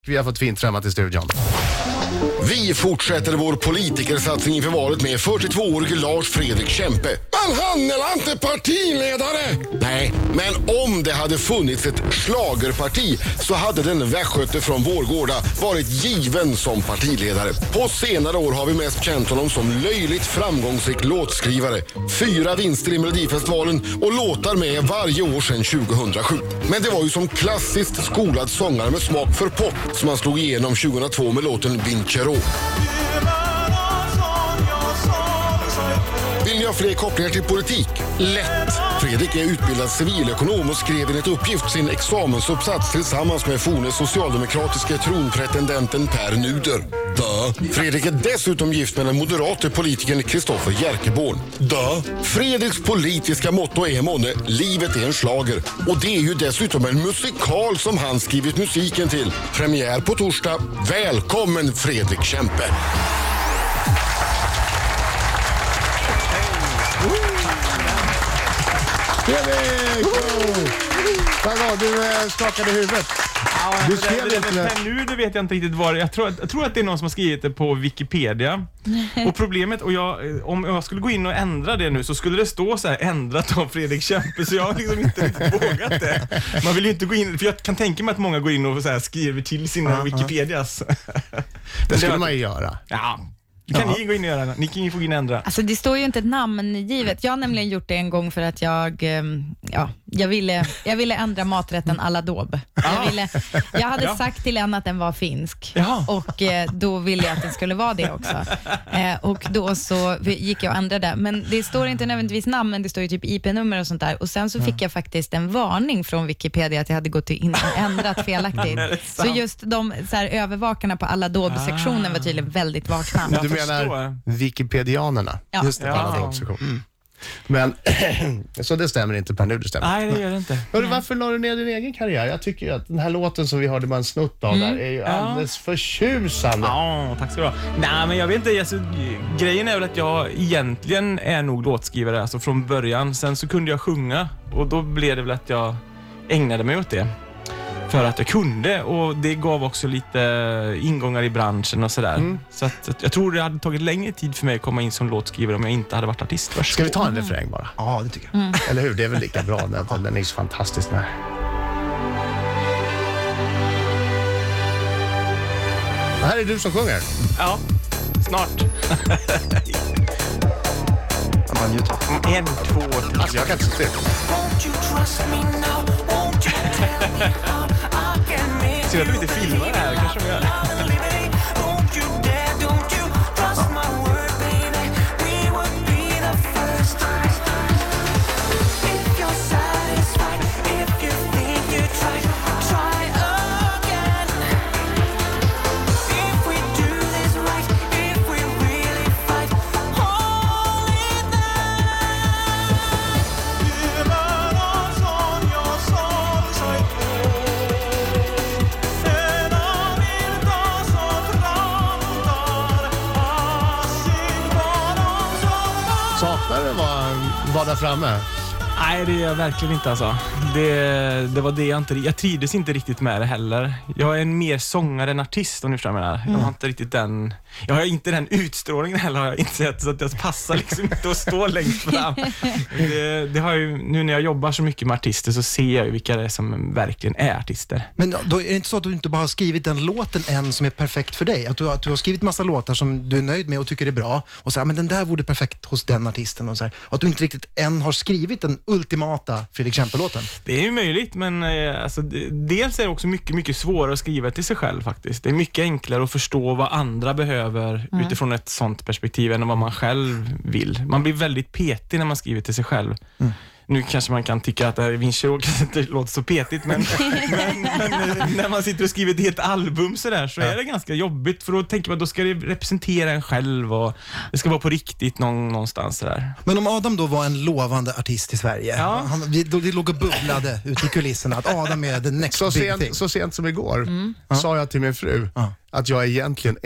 Vi har fått fint främmat i studion. Vi fortsätter vår politikersatsning inför valet med 42-årige Lars Fredrik Kempe. Men han är inte partiledare! Nej, men om det hade funnits ett schlagerparti så hade den västgöte från Vårgårda varit given som partiledare. På senare år har vi mest känt honom som löjligt framgångsrik låtskrivare. 4 vinster i Melodifestivalen och låtar med varje år sedan 2007. Men det var ju som klassiskt skolad sångare med smak för pop som han slog igenom 2002 med låten Vincero. Vill ni ha fler kopplingar till politik? Lätt! Fredrik är utbildad civilekonom och skrev enligt uppgift sin examensuppsats tillsammans med forne socialdemokratiska tronpretendenten Per Nuder. Fredrik är dessutom gift med den moderate politikern Kristoffer Järkeborn. Fredriks politiska motto är månne, livet är en schlager. Och det är ju dessutom en musikal som han skrivit musiken till. Premiär på torsdag. Välkommen Fredrik Kempe! Du skakade huvudet. Ja, du skrev nu, det vet jag inte riktigt vad. Jag tror att det är någon som har skrivit det på Wikipedia. Och problemet, om jag skulle gå in och ändra det nu så skulle det stå så här, ändrat av Fredrik Kempe, så jag har liksom inte riktigt vågat det. Man vill ju inte gå in, för jag kan tänka mig att många går in och så här skriver till sina Wikipedias. Det skulle man ju göra. Ja. Kan ni gå in och göra det? Ni kan ju få in och ändra. Alltså det står ju inte ett namn givet. Jag har nämligen gjort det en gång för att jag ville ändra maträtten à la daube. Jag hade sagt till en att den var finsk. Och då ville jag att den skulle vara det också. Och då så gick jag och ändrade. Men det står inte nödvändigtvis namn, men det står ju typ IP-nummer och sånt där. Och sen så fick jag faktiskt en varning från Wikipedia att jag hade gått in och ändrat felaktigt. Så just de så här, övervakarna på à la daube-sektionen var tydligen väldigt vakna. Du menar Wikipedianerna? Ja. Just det, Men så det stämmer inte, Per, nu det stämmer. Nej, det gör det inte. Varför la du ner din egen karriär? Jag tycker ju att den här låten som vi hörde bara en snutt av där är ju alldeles förtjusande. Ja, tack ska du ha. Nej, men jag vet inte, alltså, grejen är väl att jag egentligen är nog låtskrivare, alltså från början. Sen så kunde jag sjunga och då blev det väl att jag ägnade mig åt det. För att jag kunde, och det gav också lite ingångar i branschen och sådär. Så att jag tror det hade tagit längre tid för mig att komma in som låtskrivare om jag inte hade varit artist först. Ska vi ta en refräng bara? Ja, det tycker jag. Eller hur? Det är väl lika bra, den är så fantastisk med. Det här är du som sjunger. Ja, snart. Man njuter. 1, 2, 3. Alltså, jag kan inte se. Ser att du inte filmar det här, kanske de gör. Saknar du var där framme? Nej, det är jag verkligen inte alltså. Det var det jag trivdes inte riktigt med det heller. Jag är en mer sångare än artist, om ni förstår mig där. Jag har inte riktigt jag har inte den utstrålningen heller, har jag insett, så att jag passar liksom inte att stå längst fram. Det har ju, nu när jag jobbar så mycket med artister så ser jag ju vilka det är som verkligen är artister. Men då är det inte så att du inte bara har skrivit den låten än som är perfekt för dig? Att du har skrivit massa låtar som du är nöjd med och tycker är bra och så här, men den där vore perfekt hos den artisten och så här. Och att du inte riktigt än har skrivit den ultimata Fredrik Kempe-låten? Det är ju möjligt, men alltså, dels är det också mycket, mycket svårare att skriva till sig själv faktiskt. Det är mycket enklare att förstå vad andra behöver utifrån ett sånt perspektiv än vad man själv vill. Man blir väldigt petig när man skriver till sig själv. Nu kanske man kan tycka att det här Vincero inte låter så petigt, men när man sitter och skriver ett helt album så där, så är det ganska jobbigt, för då tänker man att då ska det representera en själv och det ska vara på riktigt någonstans så där. Men om Adam då var en lovande artist i Sverige, det låg och bubblade ute i kulisserna att Adam är the next big thing. Så sent som igår sa jag till min fru att jag egentligen är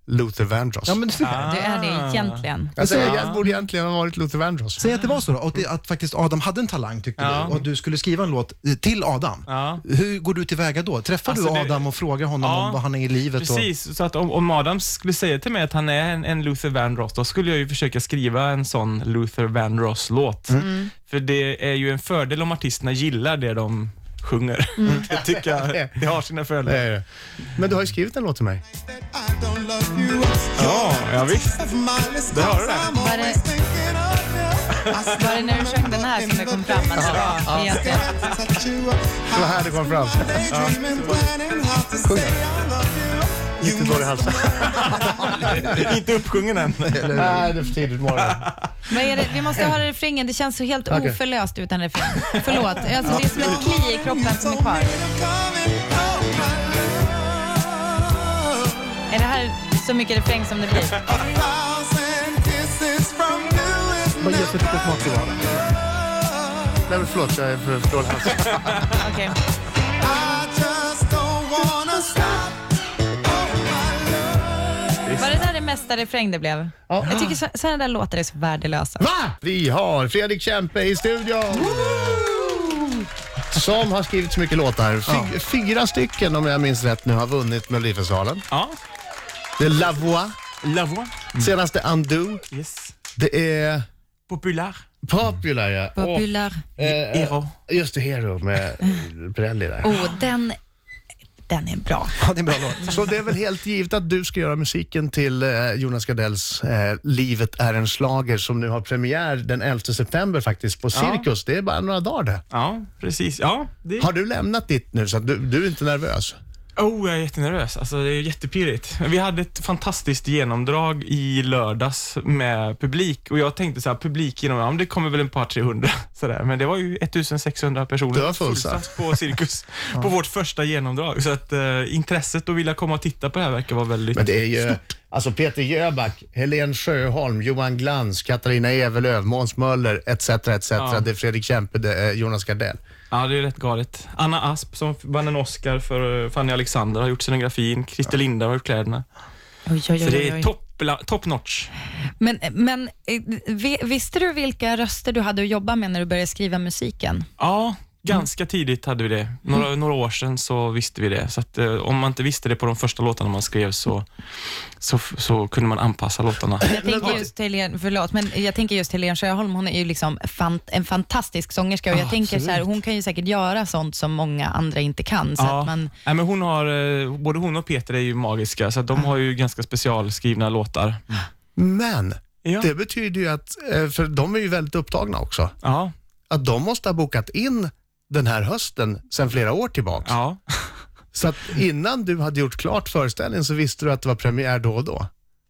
Luther Vandross. Ja, men Du är det egentligen. Jag borde egentligen ha varit Luther Vandross. Säg att det var så då, och att faktiskt Adam hade en talang tyckte du, och du skulle skriva en låt till Adam. Ja. Hur går du tillväga då? Träffar du Adam och frågar honom om vad han är i livet? Precis, så att om Adam skulle säga till mig att han är en Luther Vandross, då skulle jag ju försöka skriva en sån Luther Vandross-låt. För det är ju en fördel om artisterna gillar det de sjunger. Det tycker jag, det har sina fördelar. Men du har ju skrivit en låt till mig. Ja, visst. Det har du det. Var det när du sjöng den här som det kom fram att det var egentligen? Det var här det kom fram. Sjung den. Inte dålig halsen. Inte uppsjungen än. Nej, det är för tidigt morgon. Men vi måste ha refrängen. Det känns så helt oförlöst utan refräng. Förlåt. Alltså, det är som ett kli i kroppen som är kvar. Är det här så mycket refräng som det blir? Vad ger för lite smak till vad? Nej, men förlåt. Jag är för dålig halsen. Okej. Var det där det mesta refräng det blev? Ja. Jag tycker sådana där låtar är så värdelösa. Va? Vi har Fredrik Kempe i studion. Som har skrivit så mycket låtar. 4 stycken, om jag minns rätt, nu har vunnit Melodifestivalen. Ja. Det är La Voix. La Voix. Senaste Undo. Yes. Det är... Popular. Popular, ja. Popular. Hero. Just det, Hero med Pirelli där. Den är bra. Ja, det är en bra låt. Så det är väl helt givet att du ska göra musiken till Jonas Gardells Livet är en slager som nu har premiär den 11 september faktiskt på Cirkus. Det är bara några dagar det. Ja, precis. Ja, det... Har du lämnat ditt nu så att du är inte nervös? Jag är jättenervös. Alltså, det är jättepirrigt. Vi hade ett fantastiskt genomdrag i lördags med publik. Och jag tänkte så här, publik genom, det kommer väl en par 300. Sådär. Men det var ju 1600 personer. Det var fullsatt på Cirkus på vårt första genomdrag. Så att intresset att vilja komma och titta på det här verkar vara väldigt Men det är ju, stort. alltså Peter Jöback, Helen Sjöholm, Johan Glans, Katarina Evelöv, Måns Möller, etc. Ja. Det är Fredrik Kempe, det är Jonas Gardell. Ja, det är rätt galet. Anna Asp som vann en Oscar för Fanny Alexander har gjort scenografin. Christer Linda har gjort kläderna. Oj. Så det är top notch. Men visste du vilka röster du hade att jobba med när du började skriva musiken? Ja, ganska tidigt hade vi det. Några år sedan så visste vi det. Så att, om man inte visste det på de första låtarna man skrev så kunde man anpassa låtarna. Jag tänker just Helen Sjöholm, hon är ju liksom en fantastisk sångerska och jag tänker så här, hon kan ju säkert göra sånt som många andra inte kan. Så att man... Nej, men både hon och Peter är ju magiska så att de har ju ganska specialskrivna låtar. Men det betyder ju att, för de är ju väldigt upptagna också, att de måste ha bokat in den här hösten sedan flera år tillbaka. Ja. Så att innan du hade gjort klart föreställningen så visste du att det var premiär då och då?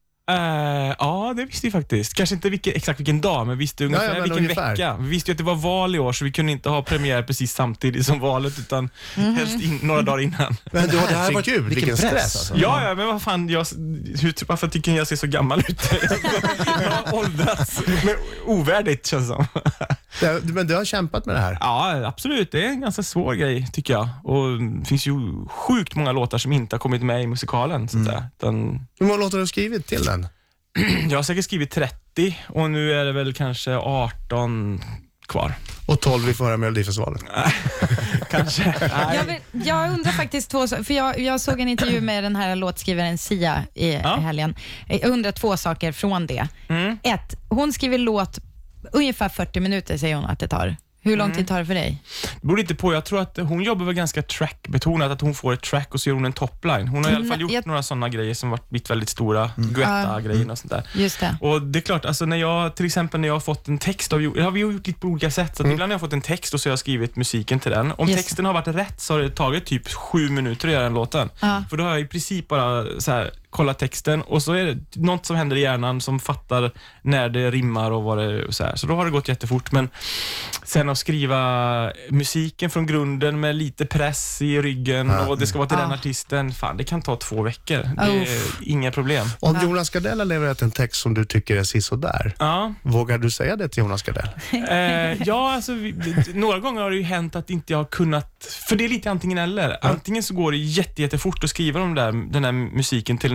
Ja, det visste vi faktiskt. Kanske inte exakt vilken dag, men visste ungefär vilken vecka. Vi visste ju att det var val i år så vi kunde inte ha premiär precis samtidigt som valet utan helst några dagar innan. Men du har det här varit vilken stress alltså. Ja, men vad fan, varför tycker jag ser så gammal ut? Jag har åldrats, men ovärdigt känns det som. Men du har kämpat med det här? Ja, absolut. Det är en ganska svår grej tycker jag. Och det finns ju sjukt många låtar som inte har kommit med i musikalen. Så Hur många låtar har du skrivit till den? Jag har säkert skrivit 30 och nu är det väl kanske 18 kvar. Och 12 vi får höra Melodifestivalen. Kanske. Jag undrar faktiskt för jag såg en intervju med den här låtskrivaren Sia i helgen. Jag undrar 2 saker från det. 1, hon skriver låt ungefär 40 minuter säger hon att det tar. Hur lång tid tar det för dig? Det beror lite på. Jag tror att hon jobbar väl ganska track-betonat, att hon får ett track och så gör hon en topline. Hon har i alla fall gjort några sådana grejer som varit blivit väldigt stora, Guetta-grejer och sånt där. Just det. Och det är klart, alltså när jag har fått en text, har vi gjort lite på olika sätt. Så att ibland har jag fått en text och så har jag skrivit musiken till den. Om texten har varit rätt så har det tagit typ 7 minuter att göra den låten. För då har jag i princip bara så här kolla texten och så är det något som händer i hjärnan som fattar när det rimmar och vad det så här. Så då har det gått jättefort, men sen att skriva musiken från grunden med lite press i ryggen och det ska vara till den artisten, fan det kan ta 2 veckor. Det är inga problem. Om Jonas Gardell har levererat en text som du tycker är sisådär, vågar du säga det till Jonas Gardell? Alltså några gånger har det ju hänt att inte jag har kunnat, för det är lite antingen eller. Antingen så går det jättefort att skriva den där musiken till en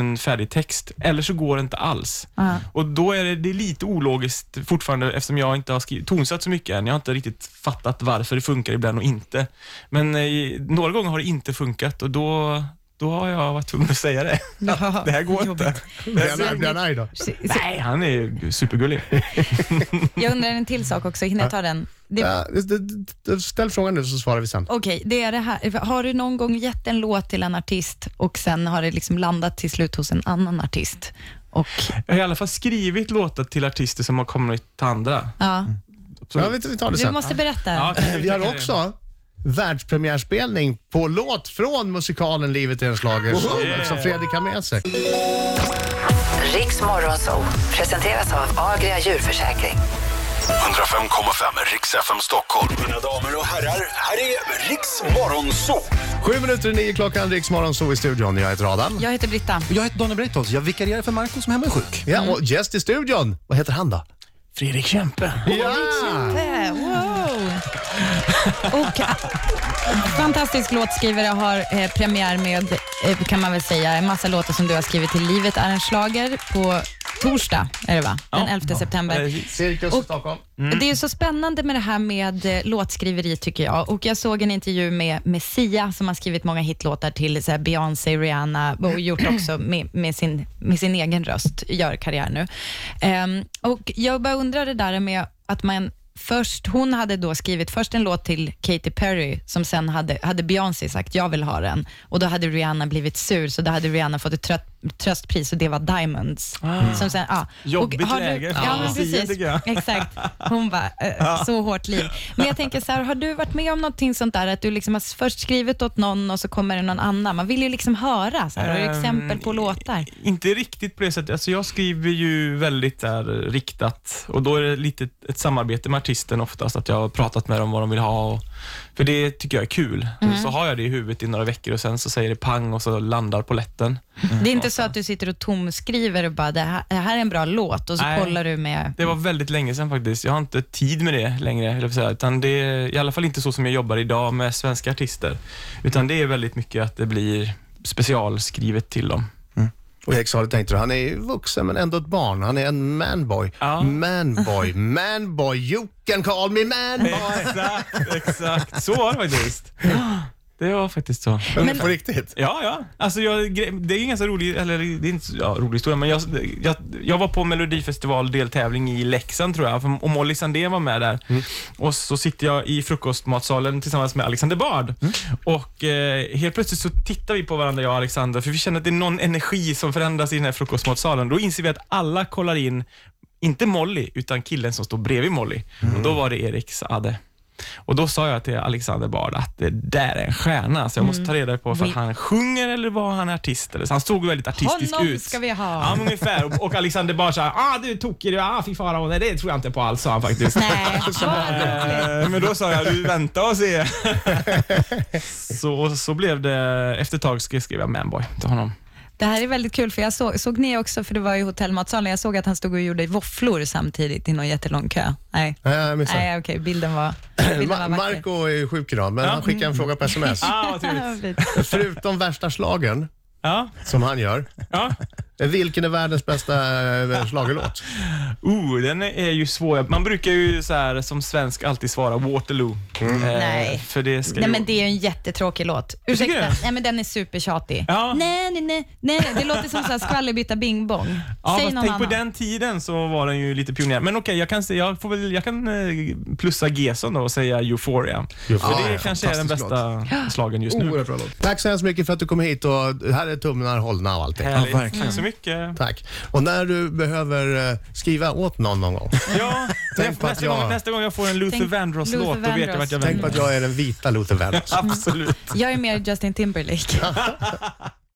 en färdig text. Eller så går det inte alls. Och då är det lite ologiskt fortfarande, eftersom jag inte har tonsatt så mycket än. Jag har inte riktigt fattat varför det funkar ibland och inte. Men några gånger har det inte funkat och då har jag varit tvungen att säga det. Ja, det här går inte. Blir han arg då? Nej, han är supergullig. Jag undrar en till sak också. Hinner jag ta den? Ställ frågan nu så svarar vi sen. Okej, det är det här. Har du någon gång gett en låt till en artist och sen har det liksom landat till slut hos en annan artist? Och... Jag har i alla fall skrivit låtar till artister som har kommit till andra. Ja. Vi tar det sen. Du måste berätta. Ja, vi har också världspremiärspelning på låt från musikalen Livet är en slager som Fredrik har med sig. Riks Morgonzoo presenteras av Agria djurförsäkring. 105,5 Riks FM Stockholm. Mina damer och herrar, här är Riks Morgonzoo. 7:09 klockan, Riks Morgonzoo i studion. Jag heter Adam. Jag heter Britta. Jag heter Daniel Breitholtz. Jag vikarierar för Marco som hemma är sjuk. Ja, och gäst i studion. Vad heter han då? Fredrik Kempe. Ja! Wow. Och fantastisk låtskrivare har premiär med, kan man väl säga, en massa låtar som du har skrivit till Livet är en slager på torsdag, är det va? Den 11 september. Cirkus i Stockholm. Det är så spännande med det här med låtskriveri tycker jag. Och jag såg en intervju med Sia som har skrivit många hitlåtar till så här Beyoncé, Rihanna och gjort också med sin egen röst, gör karriär nu. Och jag bara undrar det där med att hon hade då skrivit först en låt till Katy Perry som sen hade Beyoncé sagt jag vill ha den och då hade Rihanna blivit sur så då hade Rihanna fått ett tröstpris och det var Diamonds. Som sen, jobbigt läge. Ja, men precis. Exakt. Hon bara, så hårt liv. Men jag tänker så här, har du varit med om någonting sånt där att du liksom har först skrivit åt någon och så kommer det någon annan? Man vill ju liksom höra så här, har du exempel på låtar? Inte riktigt på det sättet. Alltså jag skriver ju väldigt riktat och då är det lite ett samarbete med artisten oftast, att jag har pratat med dem vad de vill ha för det tycker jag är kul. Så har jag det i huvudet i några veckor och sen så säger det pang och så landar på lätten. Det är inte så att du sitter och tomskriver och bara det här är en bra låt och så kollar du med... Det var väldigt länge sedan faktiskt. Jag har inte tid med det längre, utan det är i alla fall inte så som jag jobbar idag med svenska artister. Utan det är väldigt mycket att det blir specialskrivet till dem. Och jag sa det, tänkte du, han är ju vuxen men ändå ett barn. Han är en manboy. Ja. Manboy, you can call me manboy. Exakt. Så var det faktiskt. Det var faktiskt så. Men på riktigt? Ja. Alltså det är ingen så rolig, eller det är inte rolig historia, men jag var på Melodifestival deltävling i Leksand tror jag, och Molly Sandén var med där. Och så sitter jag i frukostmatsalen tillsammans med Alexander Bard. Och helt plötsligt så tittar vi på varandra, jag och Alexander, för vi känner att det är någon energi som förändras i den här frukostmatsalen. Då inser vi att alla kollar in, inte Molly, utan killen som står bredvid Molly. Och då var det Erik Saade. Och då sa jag till Alexander Bard att det där är en stjärna, så jag måste ta reda på för att han sjunger eller var han artist eller så. Han såg väldigt artistisk Honom ut. Ska vi ha. Ja, ungefär. Och Alexander Bard sa, du tokig, fy fara, nej, det tror jag inte på alls, sa han faktiskt. Nej. Men då sa jag, du vänta och se. så blev det, efter ett tag skrev jag Manboy till honom. Det här är väldigt kul för jag såg ni också, för det var i hotellmatsalen, jag såg att han stod och gjorde våfflor samtidigt i någon jättelång kö. Nej, okej, bilden var vacker. Marco är sjuk idag, men han skickar en fråga på sms. Förutom värsta slagen som han gör, vilken är världens bästa slagerlåt? Den är ju svår. Man brukar ju så här som svensk alltid svara Waterloo. Nej. För det ska men det är ju en jättetråkig låt. Ursäkta. Nej, men den är supertjatig. Ja. Nej. Det låter som så här skvallerbita bing bong. Ja, Säg fast någon tänk annan. på den tiden så var den ju lite pionjär. Men okej, jag kan plussa Gesson då och säga Euphoria. För det kanske är den bästa slagen just nu. Bra låt. Tack så hemskt mycket för att du kom hit och här är tumnar hållna och allting. Härligt. Tack så mycket. Tack. Och när du behöver skriva åt någon gång. Ja, nästa gång jag får en Luther Vandross-låt, då vet jag vart jag vänder. Tänk på att jag är den vita Luther Vandross. Absolut. Jag är mer Justin Timberlake.